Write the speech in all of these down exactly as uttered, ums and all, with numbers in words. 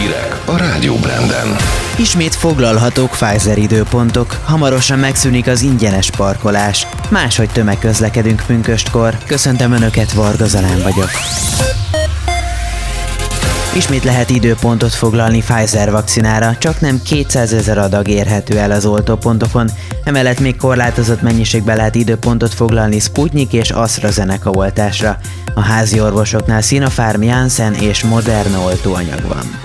Hírek a Rádió Branden. Ismét foglalhatók Pfizer időpontok, hamarosan megszűnik az ingyenes parkolás. Máshogy tömegközlekedünk pünköstkor. Köszöntöm Önöket, Varga Zalán vagyok. Ismét lehet időpontot foglalni Pfizer vakcinára, csak nem kétszázezer adag érhető el az oltópontokon, emellett még korlátozott mennyiségben lehet időpontot foglalni Sputnik és AstraZeneca oltásra. A házi orvosoknál Sinopharm, Janssen és Moderna oltóanyag van.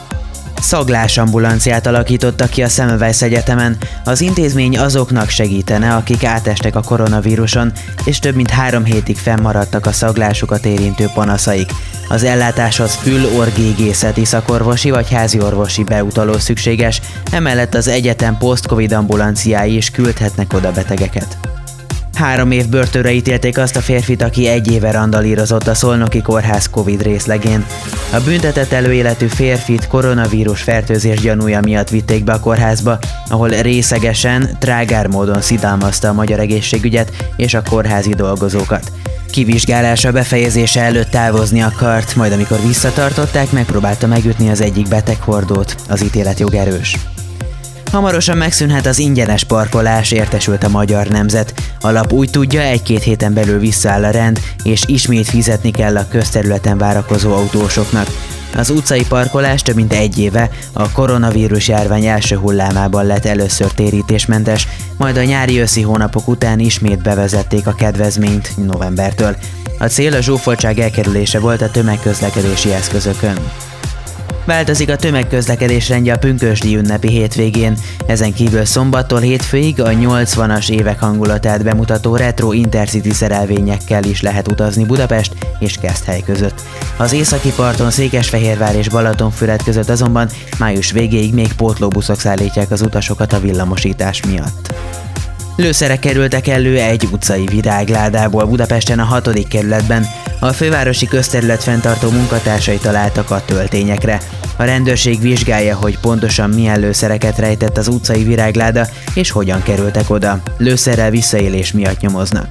Szaglásambulanciát alakítottak ki a Semmelweis Egyetemen. Az intézmény azoknak segítene, akik átestek a koronavíruson, és több mint három hétig fennmaradtak a szaglásukat érintő panaszaik. Az ellátáshoz fül-orr-gégészeti szakorvosi vagy háziorvosi beutaló szükséges, emellett az egyetem post-covid ambulanciái is küldhetnek oda betegeket. Három év börtönre ítélték azt a férfit, aki egy éve randalírozott a Szolnoki Kórház Covid részlegén. A büntetett előéletű férfit koronavírus fertőzés gyanúja miatt vitték be a kórházba, ahol részegesen, trágár módon szidalmazta a magyar egészségügyet és a kórházi dolgozókat. Kivizsgálása befejezése előtt távozni akart, majd amikor visszatartották, megpróbálta megütni az egyik beteghordót. Az ítélet jogerős. Hamarosan megszűnhet az ingyenes parkolás, értesült a Magyar Nemzet. A lap úgy tudja, egy-két héten belül visszaáll a rend, és ismét fizetni kell a közterületen várakozó autósoknak. Az utcai parkolás több mint egy éve a koronavírus járvány első hullámában lett először térítésmentes, majd a nyári-őszi hónapok után ismét bevezették a kedvezményt novembertől. A cél a zsúfoltság elkerülése volt a tömegközlekedési eszközökön. Változik a tömegközlekedés rendje a pünkösdi ünnepi hétvégén, ezen kívül szombattól hétfőig a nyolcvanas évek hangulatát bemutató retro intercity szerelvényekkel is lehet utazni Budapest és Keszthely között. Az északi parton Székesfehérvár és Balatonfüred között azonban május végéig még pótlóbuszok szállítják az utasokat a villamosítás miatt. Lőszerek kerültek elő egy utcai virágládából Budapesten a hatodik kerületben. A fővárosi közterület fenntartó munkatársai találtak a töltényekre. A rendőrség vizsgálja, hogy pontosan milyen lőszereket rejtett az utcai virágláda és hogyan kerültek oda. Lőszerrel visszaélés miatt nyomoznak.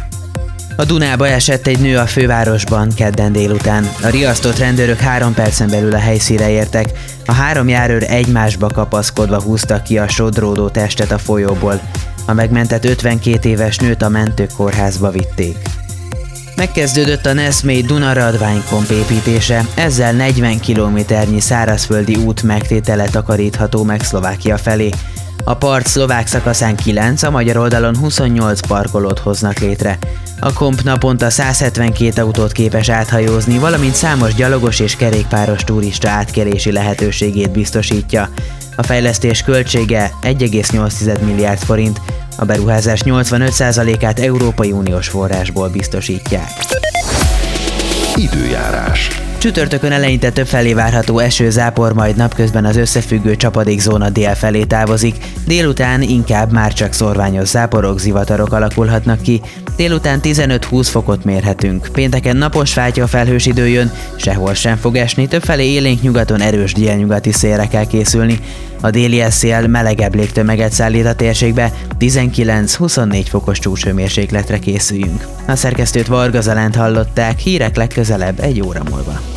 A Dunába esett egy nő a fővárosban kedden délután. A riasztott rendőrök három percen belül a helyszínre értek. A három járőr egymásba kapaszkodva húztak ki a sodródó testet a folyóból. A megmentett ötvenkét éves nőt a mentők kórházba vitték. Megkezdődött a Neszmély Duna-Radványkomp építése, ezzel negyven kilométernyi szárazföldi út megtétele takarítható meg Szlovákia felé. A part szlovák szakaszán kilenc, a magyar oldalon huszonnyolc parkolót hoznak létre. A komp naponta száz hetvenkét autót képes áthajózni, valamint számos gyalogos és kerékpáros turista átkelési lehetőségét biztosítja. A fejlesztés költsége egy egész nyolc milliárd forint, a beruházás nyolcvanöt százalékát Európai Uniós forrásból biztosítják. Időjárás. Csütörtökön eleinte többfelé várható eső-zápor, majd napközben az összefüggő csapadékzóna dél felé távozik, délután inkább már csak szorványos záporok, zivatarok alakulhatnak ki, délután tizenöt-húsz fokot mérhetünk, pénteken napos fátyolfelhős idő jön, sehol sem fog esni, többfelé élénk nyugaton erős délnyugati szélre kell készülni. A déli szél melegebb légtömeget szállít a térségbe, tizenkilenc-huszonnégy fokos csúcshőmérsékletre készüljünk. A szerkesztőt, Varga Zalánt hallották, hírek legközelebb egy óra múlva.